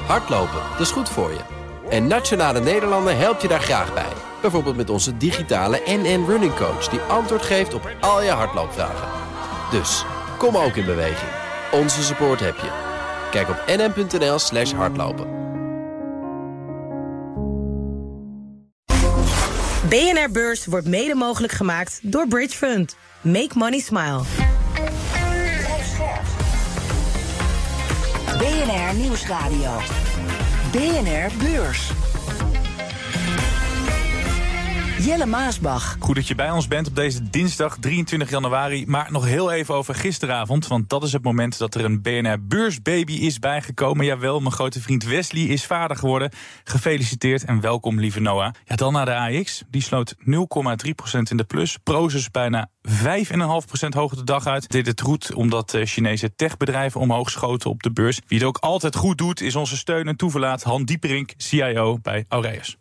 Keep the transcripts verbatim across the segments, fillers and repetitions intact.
Hardlopen, dat is goed voor je. En Nationale Nederlanden helpt je daar graag bij. Bijvoorbeeld met onze digitale N N Running Coach... die antwoord geeft op al je hardloopvragen. Dus, kom ook in beweging. Onze support heb je. Kijk op nn.nl slash hardlopen. B N R Beurs wordt mede mogelijk gemaakt door Bridge Fund. Make money smile. B N R Nieuwsradio. B N R Beurs. Jelle Maasbach. Goed dat je bij ons bent op deze dinsdag drieëntwintig januari. Maar nog heel even over gisteravond. Want dat is het moment dat er een B N R beursbaby is bijgekomen. Jawel, mijn grote vriend Wesley is vader geworden. Gefeliciteerd en welkom, lieve Noah. Ja, dan naar de A X. Die sloot nul komma drie procent in de plus. Prosus bijna vijf komma vijf procent hoger de dag uit. Dit het goed omdat Chinese techbedrijven omhoog schoten op de beurs. Wie het ook altijd goed doet is onze steun en toeverlaat Han Dieperink, C I O bij Aureus.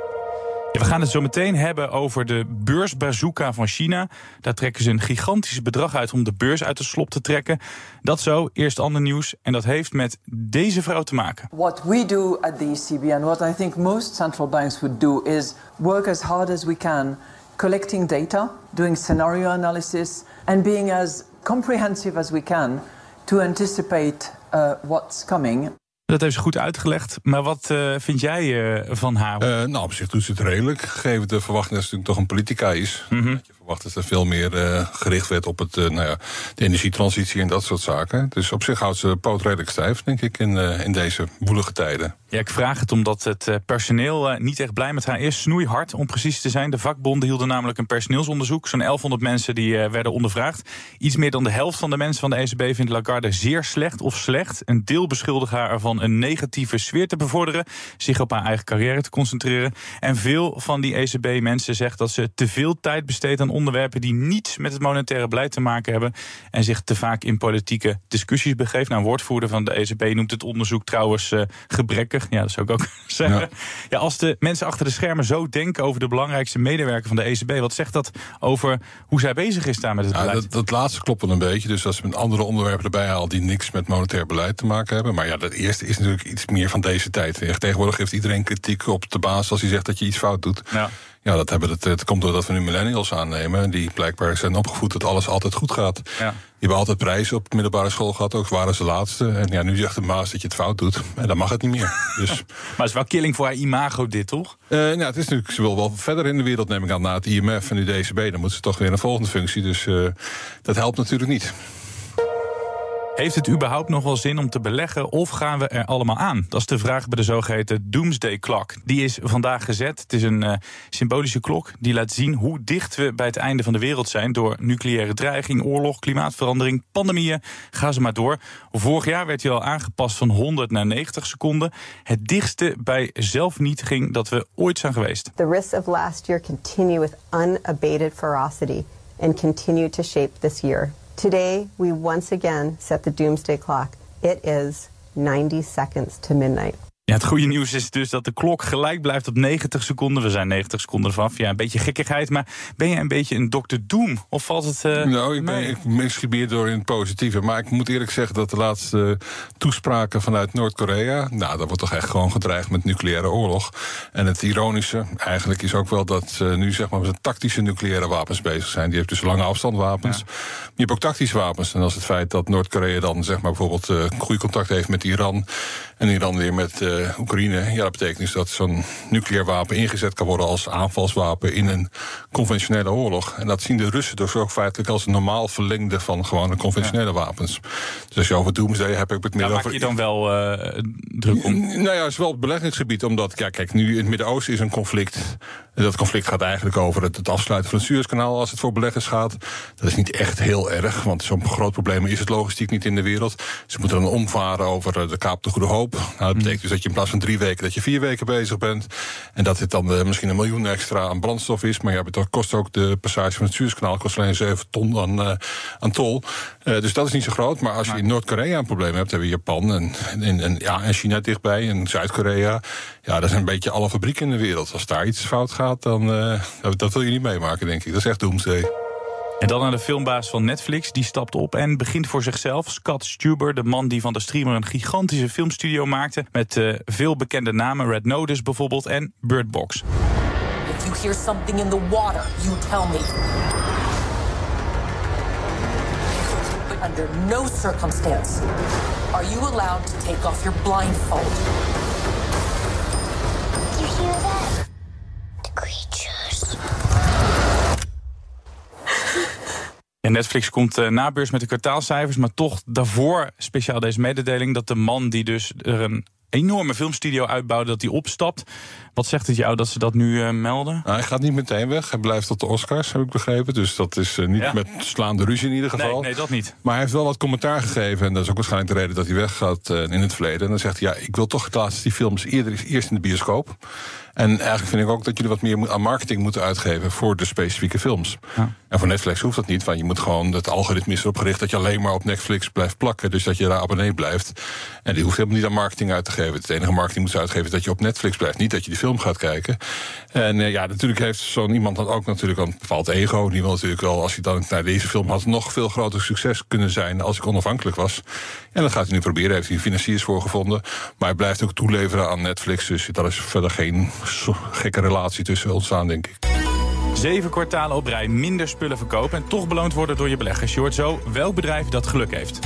Ja, we gaan het zo meteen hebben over de beursbazooka van China. Daar trekken ze een gigantisch bedrag uit om de beurs uit de slop te trekken. Dat zo, eerst ander nieuws. En dat heeft met deze vrouw te maken. What we do at the E C B and what I think most central banks would do is work as hard as we can, collecting data, doing scenario analysis and being as comprehensive as we can to anticipate uh, what's coming. Dat heeft ze goed uitgelegd. Maar wat uh, vind jij uh, van haar? Uh, nou, op zich doet ze het redelijk. Gegeven de verwachting dat ze natuurlijk toch een politica is. Mm-hmm. Dat je verwacht dat er veel meer uh, gericht werd op het, uh, nou ja, de energietransitie en dat soort zaken. Dus op zich houdt ze de poot redelijk stijf, denk ik, in, uh, in deze woelige tijden. Ja, ik vraag het omdat het uh, personeel uh, niet echt blij met haar is. Snoeihard, om precies te zijn. De vakbonden hielden namelijk een personeelsonderzoek. Zo'n elfhonderd mensen die uh, werden ondervraagd. Iets meer dan de helft van de mensen van de E C B vindt Lagarde zeer slecht of slecht. Een deel beschuldigt haar ervan een negatieve sfeer te bevorderen, zich op haar eigen carrière te concentreren. En veel van die E C B-mensen zegt dat ze te veel tijd besteedt aan onderwerpen die niets met het monetaire beleid te maken hebben en zich te vaak in politieke discussies begeeft. Nou, een woordvoerder van de E C B noemt het onderzoek trouwens uh, gebrekkig. Ja, dat zou ik ook zeggen. Ja. Ja, als de mensen achter de schermen zo denken over de belangrijkste medewerker van de E C B, wat zegt dat over hoe zij bezig is daar met het ja, beleid? Dat, dat laatste klopt wel een beetje. Dus als ze met andere onderwerpen erbij haalt die niks met monetair beleid te maken hebben. Maar ja, dat eerste is natuurlijk iets meer van deze tijd. Tegenwoordig heeft iedereen kritiek op de baas als hij zegt dat je iets fout doet. Ja. Ja, dat, hebben het, het komt doordat we nu millennials aannemen, die blijkbaar zijn opgevoed dat alles altijd goed gaat. Ja. Die hebben altijd prijzen op de middelbare school gehad, ook waren ze laatste. En ja, nu zegt de baas dat je het fout doet. En dan mag het niet meer. Dus. Maar het is wel killing voor haar imago dit, toch? Uh, nou, het is natuurlijk, ze wil wel verder in de wereld, neem ik aan, na het I M F en nu de E C B. Dan moet ze toch weer een volgende functie. Dus uh, dat helpt natuurlijk niet. Heeft het überhaupt nog wel zin om te beleggen of gaan we er allemaal aan? Dat is de vraag bij de zogeheten Doomsday Clock. Die is vandaag gezet. Het is een uh, symbolische klok die laat zien hoe dicht we bij het einde van de wereld zijn door nucleaire dreiging, oorlog, klimaatverandering, pandemieën. Ga ze maar door. Vorig jaar werd hij al aangepast van honderd naar negentig seconden. Het dichtste bij zelfvernietiging dat we ooit zijn geweest. The risks of last year continue with unabated ferocity and continue to shape this year. Today, we once again set the doomsday clock. It is ninety seconds to midnight. Ja, het goede nieuws is dus dat de klok gelijk blijft op negentig seconden. We zijn negentig seconden vanaf. Ja, een beetje gekkigheid, maar ben je een beetje een dokter Doom? Of valt het uh, Nou, ik, ben, ik misschien meer door in het positieve. Maar ik moet eerlijk zeggen dat de laatste toespraken vanuit Noord-Korea, nou, dat wordt toch echt gewoon gedreigd met nucleaire oorlog. En het ironische eigenlijk is ook wel dat ze nu zeg maar met tactische nucleaire wapens bezig zijn. Die heeft dus lange afstandwapens. Ja. Maar je hebt ook tactische wapens. En als het feit dat Noord-Korea dan zeg maar bijvoorbeeld uh, goede contact heeft met Iran en Iran weer met uh, Oekraïne, ja, dat betekent dus dat zo'n nucleair wapen ingezet kan worden als aanvalswapen in een conventionele oorlog. En dat zien de Russen dus ook feitelijk als een normaal verlengde van gewone conventionele ja. wapens. Dus als je over doomsday hebt, heb ik het meer ja, over. Maak je dan wel uh, druk om? Nou ja, het is wel het beleggingsgebied, omdat, ja, kijk, nu in het Midden-Oosten is een conflict. En dat conflict gaat eigenlijk over het, het afsluiten van het Suezkanaal als het voor beleggers gaat. Dat is niet echt heel erg, want zo'n groot probleem is het logistiek niet in de wereld. Ze moeten dan omvaren over de Kaap de Goede Hoop. Nou, dat betekent dus dat je in plaats van drie weken, dat je vier weken bezig bent. En dat dit dan uh, misschien een miljoen extra aan brandstof is. Maar ja, dat kost ook de passage van het Suezkanaal, kost alleen zeven ton aan, uh, aan tol. Uh, dus dat is niet zo groot. Maar als je in Noord-Korea een probleem hebt, hebben we Japan en, en, en, ja, en China dichtbij en Zuid-Korea. Ja, dat zijn een beetje alle fabrieken in de wereld. Als daar iets fout gaat, dan uh, dat, dat wil je niet meemaken, denk ik. Dat is echt doomsday. En dan naar de filmbaas van Netflix. Die stapt op en begint voor zichzelf. Scott Stuber, de man die van de streamer een gigantische filmstudio maakte. Met uh, veel bekende namen. Red Notice bijvoorbeeld en Bird Box. If you hear something in the water, you tell me. But under no circumstance are you allowed to take off your blindfold. You hear that? The creatures. En Netflix komt uh, na beurs met de kwartaalcijfers, maar toch daarvoor speciaal deze mededeling dat de man die dus er een enorme filmstudio uitbouwde, dat hij opstapt. Wat zegt het jou dat ze dat nu uh, melden? Nou, hij gaat niet meteen weg. Hij blijft tot de Oscars, heb ik begrepen. Dus dat is uh, niet ja. met slaande ruzie in ieder geval. Nee, nee, dat niet. Maar hij heeft wel wat commentaar gegeven. En dat is ook waarschijnlijk de reden dat hij weggaat uh, in het verleden. En dan zegt hij, ja, ik wil toch het laatste die films eerder eerst in de bioscoop. En eigenlijk vind ik ook dat jullie wat meer aan marketing moeten uitgeven voor de specifieke films. Ja. En voor Netflix hoeft dat niet, want je moet gewoon, het algoritme is erop gericht dat je alleen maar op Netflix blijft plakken. Dus dat je daar abonnee blijft. En die hoeft helemaal niet aan marketing uit te geven. Het enige marketing moet ze uitgeven is dat je op Netflix blijft. Niet dat je die film gaat kijken. En uh, ja, natuurlijk heeft zo'n iemand dan ook natuurlijk een bepaald ego. Die wil natuurlijk wel, als hij dan naar deze film had, nog veel groter succes kunnen zijn als ik onafhankelijk was. En dat gaat hij nu proberen. Heeft hij financiers voor gevonden. Maar hij blijft ook toeleveren aan Netflix. Dus daar is verder geen gekke relatie tussen ontstaan, denk ik. Zeven kwartalen op rij minder spullen verkopen en toch beloond worden door je beleggers. Je hoort zo welk bedrijf dat geluk heeft.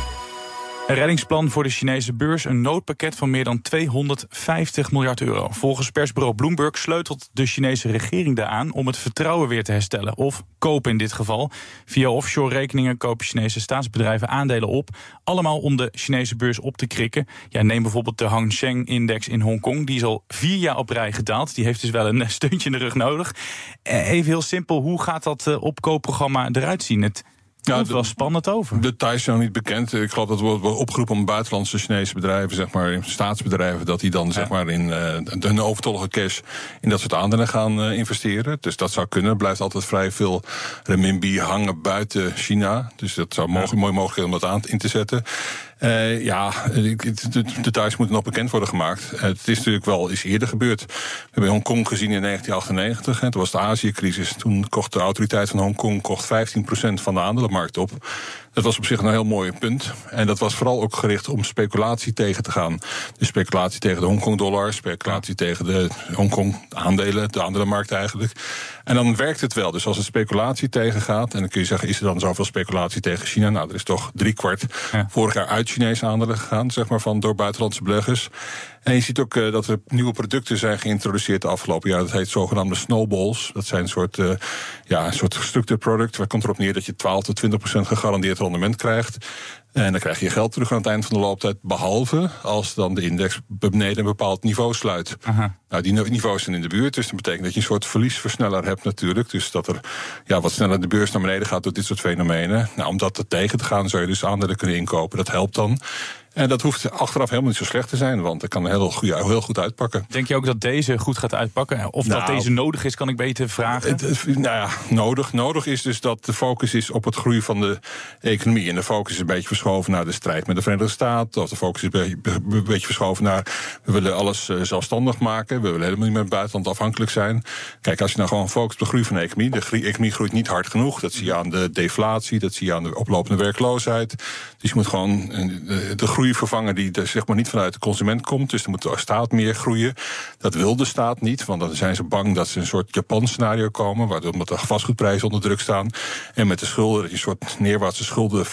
Een reddingsplan voor de Chinese beurs, een noodpakket van meer dan tweehonderdvijftig miljard euro. Volgens persbureau Bloomberg sleutelt de Chinese regering daaraan om het vertrouwen weer te herstellen. Of kopen in dit geval. Via offshore rekeningen kopen Chinese staatsbedrijven aandelen op. Allemaal om de Chinese beurs op te krikken. Ja, neem bijvoorbeeld de Hang Seng-index in Hongkong. Die is al vier jaar op rij gedaald. Die heeft dus wel een steuntje in de rug nodig. Even heel simpel, hoe gaat dat opkoopprogramma eruit zien? Het Ja, het was spannend over. De details zijn nog niet bekend. Ik geloof dat wordt opgeroepen om buitenlandse Chinese bedrijven, zeg maar, staatsbedrijven, dat die dan ja. zeg maar in uh, hun overtollige cash in dat soort aandelen gaan uh, investeren. Dus dat zou kunnen. Er blijft altijd vrij veel renminbi hangen buiten China. Dus dat zou ja. mooi mogelijk om dat aan in te zetten. Uh, ja, de details moeten nog bekend worden gemaakt. Uh, het is natuurlijk wel eens eerder gebeurd. We hebben Hongkong gezien in negentien achtennegentig. Hè, toen was de Azië-crisis. Toen kocht de autoriteit van Hongkong kocht vijftien procent van de aandelenmarkt op. Dat was op zich een heel mooi punt. En dat was vooral ook gericht om speculatie tegen te gaan. Dus speculatie tegen de Hongkong-dollar, speculatie ja. tegen de Hongkong-aandelen, de aandelenmarkt eigenlijk. En dan werkt het wel. Dus als er speculatie tegengaat, en dan kun je zeggen, is er dan zoveel speculatie tegen China? Nou, er is toch driekwart ja. vorig jaar uit Chinese aandelen gegaan, zeg maar, van door buitenlandse beleggers. En je ziet ook uh, dat er nieuwe producten zijn geïntroduceerd de afgelopen jaar. Dat heet zogenaamde snowballs. Dat zijn een soort, uh, ja, een soort gestructured product. Waar komt erop neer dat je twaalf tot twintig procent gegarandeerd rendement krijgt. En dan krijg je geld terug aan het eind van de looptijd. Behalve als dan de index beneden een bepaald niveau sluit. Aha. Nou, die niveaus zijn in de buurt. Dus dat betekent dat je een soort verliesversneller hebt natuurlijk. Dus dat er ja, wat sneller de beurs naar beneden gaat door dit soort fenomenen. Nou, om dat tegen te gaan zou je dus aandelen kunnen inkopen. Dat helpt dan. En dat hoeft achteraf helemaal niet zo slecht te zijn, want het kan heel, goed, heel goed uitpakken. Denk je ook dat deze goed gaat uitpakken? Of nou, dat deze nodig is, kan ik beter vragen? Het, het, nou ja, nodig. Nodig is dus dat de focus is op het groeien van de economie. En de focus is een beetje verschoven naar de strijd met de Verenigde Staten. Of de focus is een beetje verschoven naar, we willen alles zelfstandig maken. We willen helemaal niet meer het buitenland afhankelijk zijn. Kijk, als je nou gewoon focust op de groei van de economie. De economie groeit niet hard genoeg. Dat zie je aan de deflatie, dat zie je aan de oplopende werkloosheid. Dus je moet gewoon de, de groei vervangen die dus zeg maar niet vanuit de consument komt. Dus dan moet de staat meer groeien. Dat wil de staat niet, want dan zijn ze bang dat ze een soort Japan-scenario komen, waardoor omdat de vastgoedprijzen onder druk staan. En met de schulden, dat je een soort neerwaartse schulden,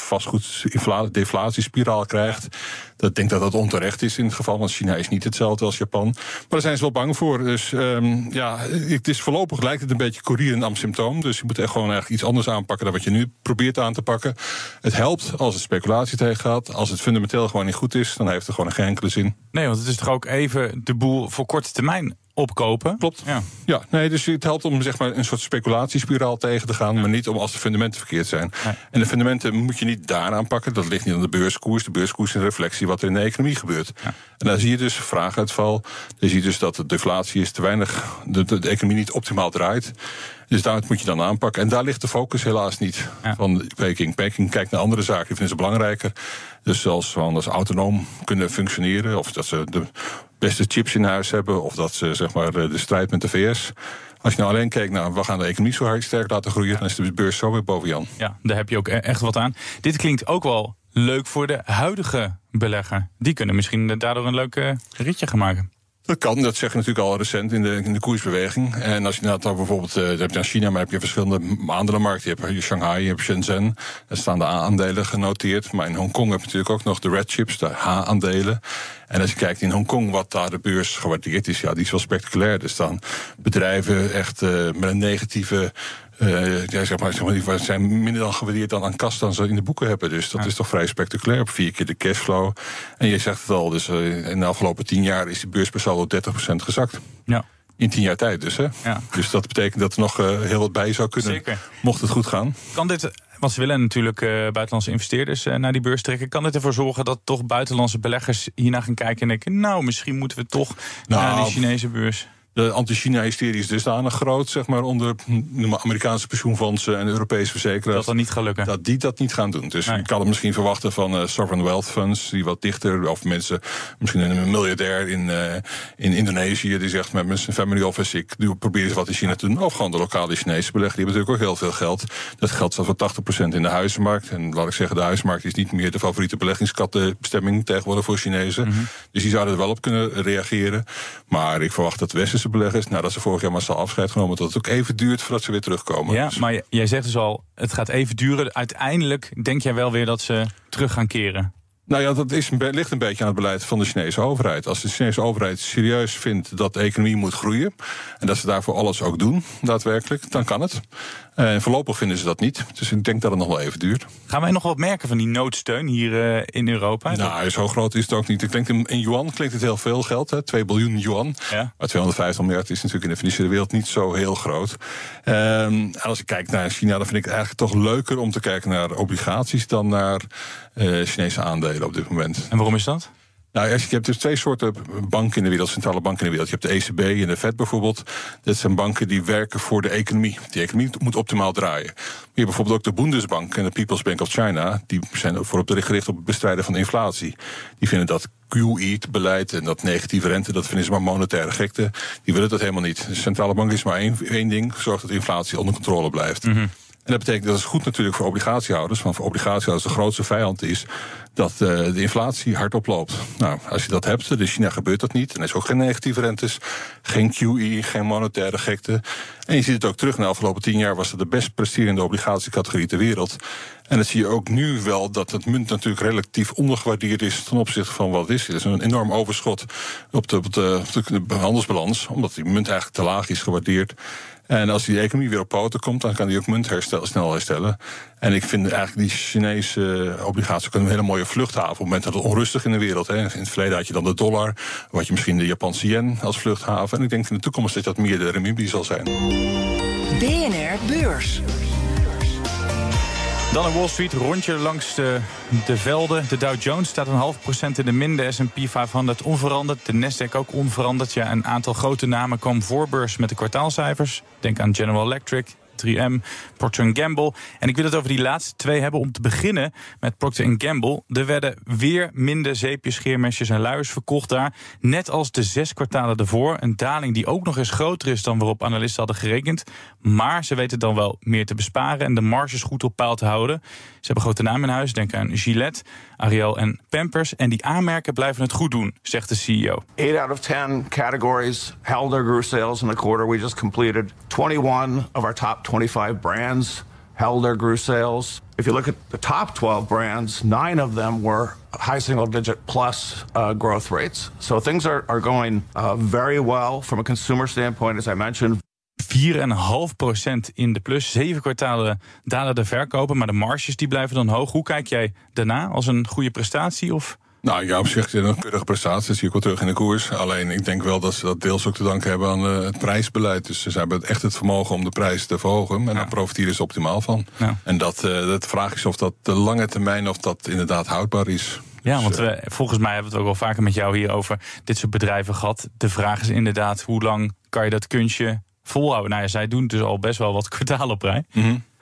vastgoed-deflatiespiraal krijgt. Ik denk dat dat onterecht is in het geval, want China is niet hetzelfde als Japan. Maar daar zijn ze wel bang voor. Dus um, ja, het is voorlopig lijkt het een beetje Koerier en am-symptoom. Dus je moet echt gewoon eigenlijk iets anders aanpakken dan wat je nu probeert aan te pakken. Het helpt als het speculatie tegengaat. Als het fundamenteel gewoon niet goed is, dan heeft het gewoon geen enkele zin. Nee, want het is toch ook even de boel voor korte termijn opkopen. Klopt. Ja. ja, nee, dus het helpt om zeg maar een soort speculatiespiraal tegen te gaan, ja. maar niet om als de fundamenten verkeerd zijn. Nee. En de fundamenten moet je niet daar aanpakken. Dat ligt niet aan de beurskoers. De beurskoers is een reflectie wat er in de economie gebeurt. Ja. En dan zie je dus vraaguitval. Dan zie je dus dat de deflatie is te weinig, de, de, de economie niet optimaal draait. Dus daar moet je dan aanpakken. En daar ligt de focus helaas niet ja. van Peking. Peking kijkt naar andere zaken, die vinden ze belangrijker. Dus zoals ze anders autonoom kunnen functioneren, of dat ze de beste chips in huis hebben, of dat ze zeg maar de strijd met de V S. Als je nou alleen kijkt, nou, we gaan de economie zo hard sterk laten groeien, dan is de beurs zo weer boven Jan. Ja, daar heb je ook echt wat aan. Dit klinkt ook wel leuk voor de huidige belegger. Die kunnen misschien daardoor een leuk uh, ritje gaan maken. Dat kan, dat zeg je natuurlijk al recent in de, in de koersbeweging. En als je nou dan bijvoorbeeld, uh, heb je aan China, maar heb je verschillende aandelenmarkten. Je hebt Shanghai, je hebt Shenzhen, daar staan de A-aandelen genoteerd. Maar in Hongkong heb je natuurlijk ook nog de red chips, de H-aandelen. En als je kijkt in Hongkong wat daar de beurs gewaardeerd is, ja, die is wel spectaculair. Er staan bedrijven echt uh, met een negatieve... Uh, ja, zeg maar, zeg maar, die zijn minder dan gewaardeerd dan aan kast dan ze in de boeken hebben. Dus dat ja. is toch vrij spectaculair. Op vier keer de cashflow. En je zegt het al, dus uh, in de afgelopen tien jaar is die beurs per saldo dertig procent gezakt. Ja. In tien jaar tijd dus, hè? Ja. Dus dat betekent dat er nog uh, heel wat bij zou kunnen. Zeker. Mocht het goed gaan. Kan dit, want ze willen natuurlijk uh, buitenlandse investeerders uh, naar die beurs trekken. Kan dit ervoor zorgen dat toch buitenlandse beleggers hiernaar gaan kijken en denken, nou, misschien moeten we toch nou, naar die Chinese beurs? De anti-China-hysterie is dusdanig groot, zeg maar, onder Amerikaanse pensioenfondsen en Europese verzekeraars. Dat dat niet gaat lukken. Dat die dat niet gaan doen. Dus nee. je kan het misschien verwachten van uh, sovereign wealth funds, die wat dichter, of mensen, misschien een miljardair in, uh, in Indonesië, die zegt met mijn family office, ik doe, probeer eens wat in China te doen. Of gewoon de lokale Chinese belegger, die hebben natuurlijk ook heel veel geld. Dat geld staat voor tachtig procent in de huizenmarkt. En laat ik zeggen, de huizenmarkt is niet meer de favoriete beleggingskattenbestemming tegenwoordig voor Chinezen. Mm-hmm. Dus die zouden er wel op kunnen reageren. Maar ik verwacht dat westerse beleggers, nadat ze vorig jaar massaal afscheid genomen, dat het ook even duurt voordat ze weer terugkomen. Ja, maar jij zegt dus al, het gaat even duren. Uiteindelijk denk jij wel weer dat ze terug gaan keren? Nou ja, dat is, ligt een beetje aan het beleid van de Chinese overheid. Als de Chinese overheid serieus vindt dat de economie moet groeien en dat ze daarvoor alles ook doen, daadwerkelijk, dan kan het. En voorlopig vinden ze dat niet. Dus ik denk dat het nog wel even duurt. Gaan wij nog wat merken van die noodsteun hier uh, in Europa? Nou, zo groot is het ook niet. Ik denk in, in yuan klinkt het heel veel geld, hè? twee biljoen yuan. Ja. Maar tweehonderdvijftig miljard is natuurlijk in de financiële wereld niet zo heel groot. Um, en als ik kijk naar China, dan vind ik het eigenlijk toch leuker om te kijken naar obligaties dan naar uh, Chinese aandelen op dit moment. En waarom is dat? Nou, je hebt dus twee soorten banken in de wereld, centrale banken in de wereld. Je hebt de E C B en de Fed bijvoorbeeld. Dat zijn banken die werken voor de economie. Die economie moet optimaal draaien. Maar je hebt bijvoorbeeld ook de Bundesbank en de People's Bank of China. Die zijn voorop gericht op het bestrijden van inflatie. Die vinden dat Q E-beleid en dat negatieve rente, dat vinden ze maar monetaire gekte. Die willen dat helemaal niet. De centrale bank is maar één, één ding, zorgt dat de inflatie onder controle blijft. Mm-hmm. En dat betekent, dat is goed natuurlijk voor obligatiehouders, want voor obligatiehouders de grootste vijand is dat uh, de inflatie hard oploopt. Nou, als je dat hebt, in China gebeurt dat niet. En er is ook geen negatieve rentes, geen Q E, geen monetaire gekte. En je ziet het ook terug, na de afgelopen tien jaar was het de best presterende obligatiecategorie ter wereld. En dat zie je ook nu wel, dat het munt natuurlijk relatief ondergewaardeerd is ten opzichte van wat het is. Er is een enorm overschot op de, op de, op de handelsbalans, omdat die munt eigenlijk te laag is gewaardeerd. En als die economie weer op poten komt, dan kan die ook munt herstel, snel herstellen. En ik vind eigenlijk die Chinese obligaties ook een hele mooie vluchthaven. Op het moment dat het onrustig in de wereld is. In het verleden had je dan de dollar, wat je misschien de Japanse yen als vluchthaven. En ik denk in de toekomst dat dat meer de renminbi zal zijn. B N R Beurs. Dan een Wall Street rondje langs de, de velden. De Dow Jones staat een half procent in de min. De S en P vijfhonderd onveranderd. De Nasdaq ook onveranderd. Ja, een aantal grote namen kwam voorbeurs met de kwartaalcijfers. Denk aan General Electric, drie M, Procter en Gamble. En ik wil het over die laatste twee hebben. Om te beginnen met Procter en Gamble. Er werden weer minder zeepjes, scheermesjes en luiers verkocht daar. Net als de zes kwartalen ervoor. Een daling die ook nog eens groter is dan waarop analisten hadden gerekend. Maar ze weten dan wel meer te besparen en de marges goed op peil te houden. Ze hebben grote namen in huis. Denk aan Gillette, Ariel en Pampers. En die aanmerken blijven het goed doen, zegt de C E O. eight out of ten categories held or grew sales in the quarter we just completed. twenty-one of our top twenty-five brands held or grew sales. If you look at the top twelve brands, nine of them were high single-digit plus uh, growth rates. So things are, are going uh, very well from a consumer standpoint, as I mentioned. vier komma vijf procent in de plus. Zeven kwartalen dalen de verkopen, maar de marges die blijven dan hoog. Hoe kijk jij daarna? Als een goede prestatie of... Nou ja, op zich een keurige prestatie, dat zie ik wel terug in de koers. Alleen ik denk wel dat ze dat deels ook te danken hebben aan uh, het prijsbeleid. Dus ze hebben echt het vermogen om de prijs te verhogen. En ja. daar profiteren ze optimaal van. Ja. En dat, uh, dat vraag is of dat de lange termijn, of dat inderdaad houdbaar is. Ja, want we, volgens mij hebben we het ook wel vaker met jou hier over dit soort bedrijven gehad. De vraag is inderdaad, hoe lang kan je dat kunstje volhouden? Nou ja, zij doen dus al best wel wat kwartaal op rij. Mm-hmm.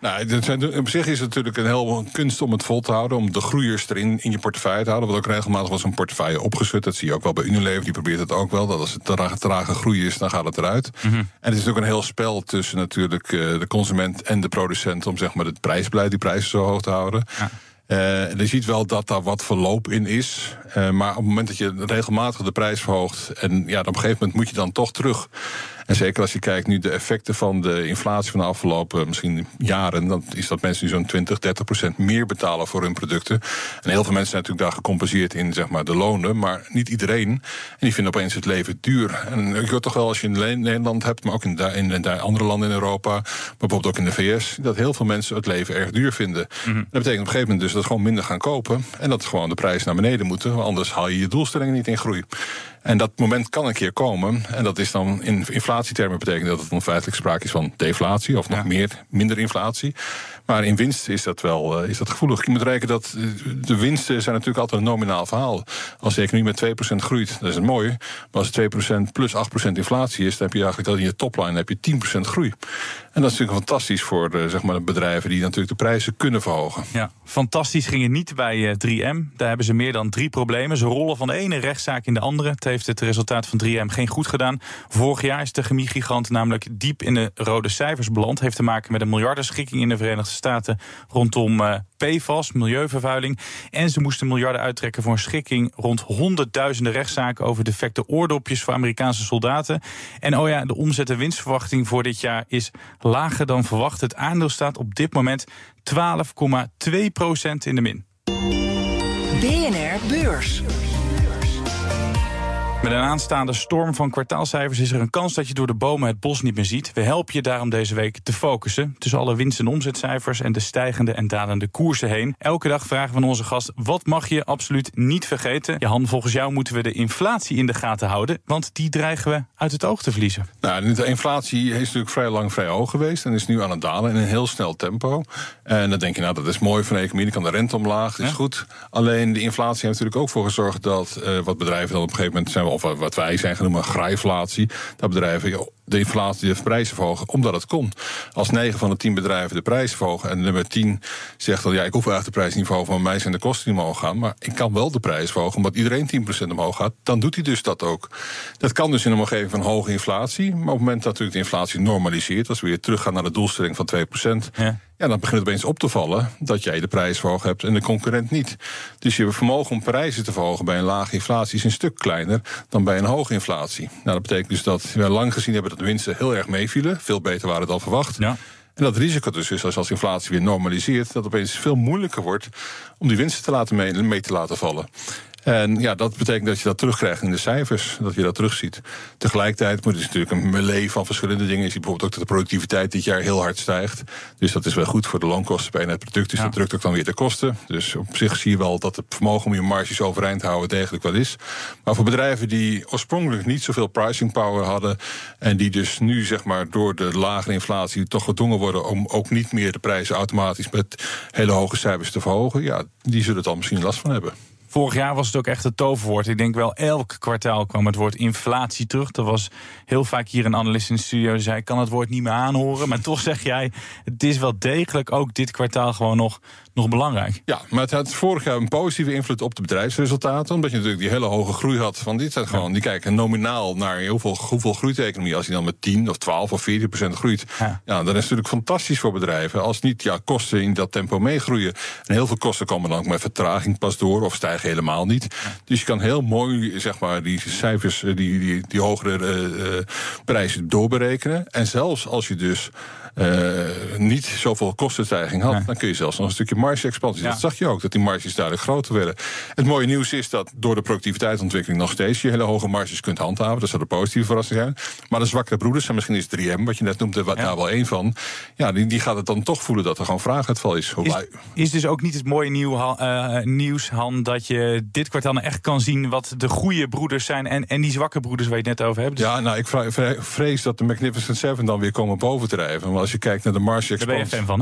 Nou, dat zijn, op zich is het natuurlijk een heel kunst om het vol te houden, om de groeiers erin in je portefeuille te houden. Wat ook regelmatig was een portefeuille opgeschud. Dat zie je ook wel bij Unilever, die probeert het ook wel. Dat als het trage, trage groei is, dan gaat het eruit. Mm-hmm. En het is natuurlijk een heel spel tussen natuurlijk uh, de consument en de producent om zeg maar het prijsbeleid, die prijzen zo hoog te houden. Ja. Uh, je ziet wel dat daar wat verloop in is. Uh, maar op het moment dat je regelmatig de prijs verhoogt, en ja, op een gegeven moment moet je dan toch terug. En zeker als je kijkt nu de effecten van de inflatie van de afgelopen misschien jaren, dan is dat mensen nu zo'n twintig, dertig procent meer betalen voor hun producten. En heel veel mensen zijn natuurlijk daar gecompenseerd in zeg maar de lonen, maar niet iedereen. En die vinden opeens het leven duur. En ik hoor toch wel als je in Nederland hebt, maar ook in, de, in, in de andere landen in Europa, maar bijvoorbeeld ook in de V S, dat heel veel mensen het leven erg duur vinden. Mm-hmm. Dat betekent op een gegeven moment dus dat gewoon minder gaan kopen en dat gewoon de prijzen naar beneden moeten, want anders haal je je doelstellingen niet in groei. En dat moment kan een keer komen. En dat is dan in inflatietermen betekent dat het dan feitelijk sprake is van deflatie of nog ja. meer, minder inflatie. Maar in winst is dat wel uh, is dat gevoelig. Je moet rekenen dat de winsten zijn natuurlijk altijd een nominaal verhaal. Als de economie met twee procent groeit, dat is het mooi. Maar als het twee procent plus acht procent inflatie is, dan heb je eigenlijk al in je topline heb je tien procent groei. En dat is natuurlijk fantastisch voor de, zeg maar, de bedrijven die natuurlijk de prijzen kunnen verhogen. Ja, fantastisch ging het niet bij uh, drie M. Daar hebben ze meer dan drie problemen. Ze rollen van de ene rechtszaak in de andere. Het heeft het resultaat van drie M geen goed gedaan. Vorig jaar is de chemiegigant namelijk diep in de rode cijfers beland. Heeft te maken met een miljardenschikking in de Verenigde Staten rondom uh, P F A S, milieuvervuiling. En ze moesten miljarden uittrekken voor een schikking rond honderdduizenden rechtszaken over defecte oordopjes voor Amerikaanse soldaten. En oh ja, de omzet- en winstverwachting voor dit jaar is lager dan verwacht. Het aandeel staat op dit moment twaalf komma twee procent in de min. B N R Beurs. Met een aanstaande storm van kwartaalcijfers is er een kans dat je door de bomen het bos niet meer ziet. We helpen je daarom deze week te focussen tussen alle winst- en omzetcijfers en de stijgende en dalende koersen heen. Elke dag vragen we aan onze gast, wat mag je absoluut niet vergeten? Johan, volgens jou moeten we de inflatie in de gaten houden, want die dreigen we uit het oog te verliezen. Nou, de inflatie is natuurlijk vrij lang vrij hoog geweest en is nu aan het dalen in een heel snel tempo. En dan denk je, nou, dat is mooi voor de economie, dan kan de rente omlaag, dat is ja. goed. Alleen de inflatie heeft natuurlijk ook voor gezorgd dat uh, wat bedrijven dan op een gegeven moment zijn, of wat wij zijn genoemd grijflatie, dat bedrijven de inflatie de prijzen verhogen omdat het kon. Als negen van de tien bedrijven de prijzen verhogen en nummer tien zegt dan, ja, ik hoef eigenlijk de prijs niet verhogen, maar mij zijn de kosten niet omhoog gaan, maar ik kan wel de prijs verhogen omdat iedereen tien procent omhoog gaat, dan doet hij dus dat ook. Dat kan dus in een omgeving van hoge inflatie, maar op het moment dat natuurlijk de inflatie normaliseert, als we weer teruggaan naar de doelstelling van twee procent, ja. Ja, dan begint het opeens op te vallen dat jij de prijs verhoogd hebt en de concurrent niet. Dus je vermogen om prijzen te verhogen bij een lage inflatie is een stuk kleiner dan bij een hoge inflatie. Nou, dat betekent dus dat we lang gezien hebben dat de winsten heel erg meevielen. Veel beter waren dan verwacht. Ja. En dat risico dus is als inflatie weer normaliseert, dat het opeens veel moeilijker wordt om die winsten te laten mee, mee te laten vallen. En ja, dat betekent dat je dat terugkrijgt in de cijfers, dat je dat terugziet. Tegelijkertijd moet het natuurlijk een melee van verschillende dingen. Je ziet bijvoorbeeld ook dat de productiviteit dit jaar heel hard stijgt. Dus dat is wel goed voor de loonkosten bij het product. Dus ja. dat drukt ook dan weer de kosten. Dus op zich zie je wel dat het vermogen om je marges overeind te houden degelijk wel is. Maar voor bedrijven die oorspronkelijk niet zoveel pricing power hadden en die dus nu zeg maar door de lagere inflatie toch gedwongen worden om ook niet meer de prijzen automatisch met hele hoge cijfers te verhogen, ja, die zullen er dan misschien last van hebben. Vorig jaar was het ook echt het toverwoord. Ik denk wel elk kwartaal kwam het woord inflatie terug. Er was heel vaak hier een analist in de studio die zei, ik kan het woord niet meer aanhoren. Maar toch zeg jij, het is wel degelijk ook dit kwartaal gewoon nog, nog belangrijk. Ja, maar het had vorig jaar een positieve invloed op de bedrijfsresultaten. Omdat je natuurlijk die hele hoge groei had. Van dit zijn gewoon, ja. die kijken nominaal naar hoeveel, hoeveel groeit de economie. Als die dan met tien of twaalf of veertien procent groeit. Ja. Ja, dan is het natuurlijk fantastisch voor bedrijven. Als niet ja, kosten in dat tempo meegroeien. En heel veel kosten komen dan ook met vertraging pas door of stijgen helemaal niet. Ja. Dus je kan heel mooi zeg maar die cijfers, die, die, die hogere uh, prijzen doorberekenen. En zelfs als je dus Uh, niet zoveel kostenstijging had, nee. dan kun je zelfs nog een stukje marge-expansie. Ja. Dat zag je ook, dat die marges duidelijk groter werden. Het mooie nieuws is dat door de productiviteitsontwikkeling nog steeds je hele hoge marges kunt handhaven. Dat zou de positieve verrassing zijn. Maar de zwakkere broeders, en misschien is drie M, wat je net noemde, wat ja. daar wel één van, ja, die, die gaat het dan toch voelen dat er gewoon vraaguitval is. Is, is dus ook niet het mooie nieuw, uh, nieuws, Han, dat je dit kwartaal nou echt kan zien wat de goede broeders zijn en, en die zwakke broeders waar je het net over hebt? Dus ja, nou, ik vrees dat de Magnificent Seven dan weer komen bovendrijven. Want als je kijkt naar de marge-expansie. Daar ben je fan van, hè?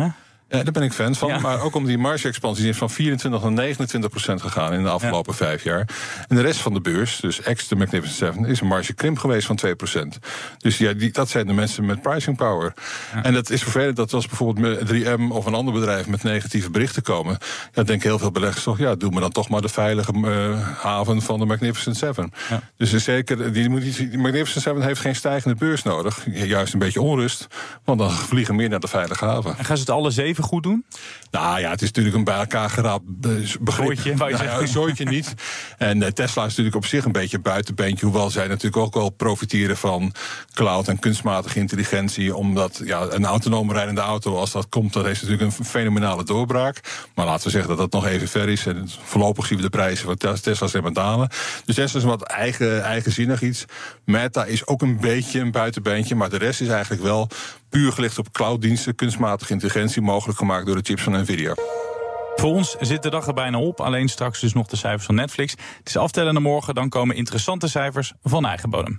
Ja, daar ben ik fan van. Ja. Maar ook om die marge-expansie is van vierentwintig naar negenentwintig procent gegaan in de afgelopen ja. vijf jaar. En de rest van de beurs, dus ex de Magnificent Seven, is een margekrimp geweest van twee procent. Dus ja, die, dat zijn de mensen met pricing power. Ja. En dat is vervelend dat als bijvoorbeeld drie M of een ander bedrijf met negatieve berichten komen, ja, denken heel veel beleggers toch, ja, doe me dan toch maar de veilige uh, haven van de Magnificent Seven. Ja. Dus zeker, die, die Magnificent Seven heeft geen stijgende beurs nodig. Juist een beetje onrust, want dan vliegen meer naar de veilige haven. En gaan ze het alle zeven goed doen? Nou ja, het is natuurlijk een bij elkaar geraapt begrip. Zooitje, nou ja, een zooitje niet. En uh, Tesla is natuurlijk op zich een beetje een buitenbeentje, hoewel zij natuurlijk ook wel profiteren van cloud en kunstmatige intelligentie, omdat ja, een autonoom rijdende auto, als dat komt, dat is natuurlijk een fenomenale doorbraak. Maar laten we zeggen dat dat nog even ver is. En voorlopig zien we de prijzen van Tesla's er met dalen. Dus Tesla is wat eigen, eigenzinnig iets. Meta is ook een beetje een buitenbeentje, maar de rest is eigenlijk wel puur gelicht op clouddiensten, kunstmatige intelligentie, mogelijk gemaakt door de chips van Nvidia. Voor ons zit de dag er bijna op, alleen straks dus nog de cijfers van Netflix. Het is aftellende morgen, dan komen interessante cijfers van eigen bodem.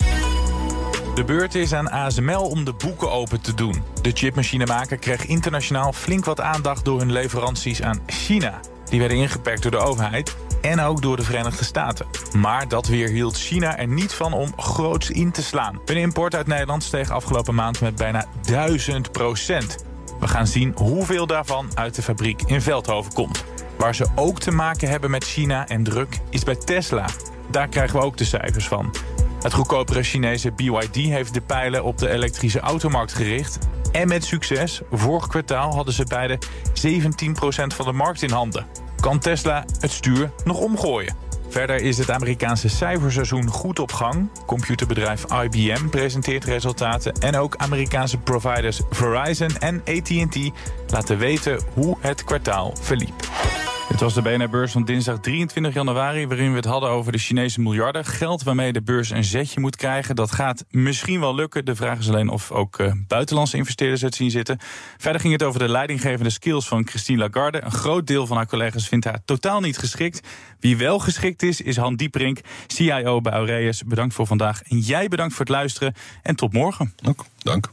De beurt is aan A S M L om de boeken open te doen. De chipmachinemaker kreeg internationaal flink wat aandacht door hun leveranties aan China. Die werden ingeperkt door de overheid en ook door de Verenigde Staten. Maar dat weerhield China er niet van om groots in te slaan. Hun import uit Nederland steeg afgelopen maand met bijna duizend procent. We gaan zien hoeveel daarvan uit de fabriek in Veldhoven komt. Waar ze ook te maken hebben met China en druk is bij Tesla. Daar krijgen we ook de cijfers van. Het goedkopere Chinese B Y D heeft de pijlen op de elektrische automarkt gericht. En met succes. Vorig kwartaal hadden ze beide zeventien procent van de markt in handen. Kan Tesla het stuur nog omgooien? Verder is het Amerikaanse cijferseizoen goed op gang. Computerbedrijf I B M presenteert resultaten. En ook Amerikaanse providers Verizon en A T and T laten weten hoe het kwartaal verliep. Dit was de B N R-beurs van dinsdag drieëntwintig januari... waarin we het hadden over de Chinese miljarden. Geld waarmee de beurs een zetje moet krijgen. Dat gaat misschien wel lukken. De vraag is alleen of ook uh, buitenlandse investeerders het zien zitten. Verder ging het over de leidinggevende skills van Christine Lagarde. Een groot deel van haar collega's vindt haar totaal niet geschikt. Wie wel geschikt is, is Han Dieperink, C I O bij Aureus. Bedankt voor vandaag. En jij bedankt voor het luisteren. En tot morgen. Ook, dank.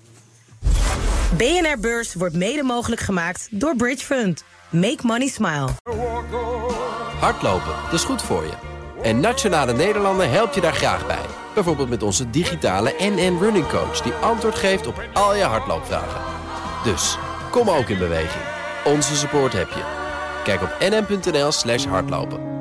B N R Beurs wordt mede mogelijk gemaakt door Bridge Fund. Make money smile. Hardlopen, dat is goed voor je. En Nationale Nederlanden helpt je daar graag bij. Bijvoorbeeld met onze digitale N N Running Coach, die antwoord geeft op al je hardloopvragen. Dus, kom ook in beweging. Onze support heb je. Kijk op nn punt n l slash hardlopen.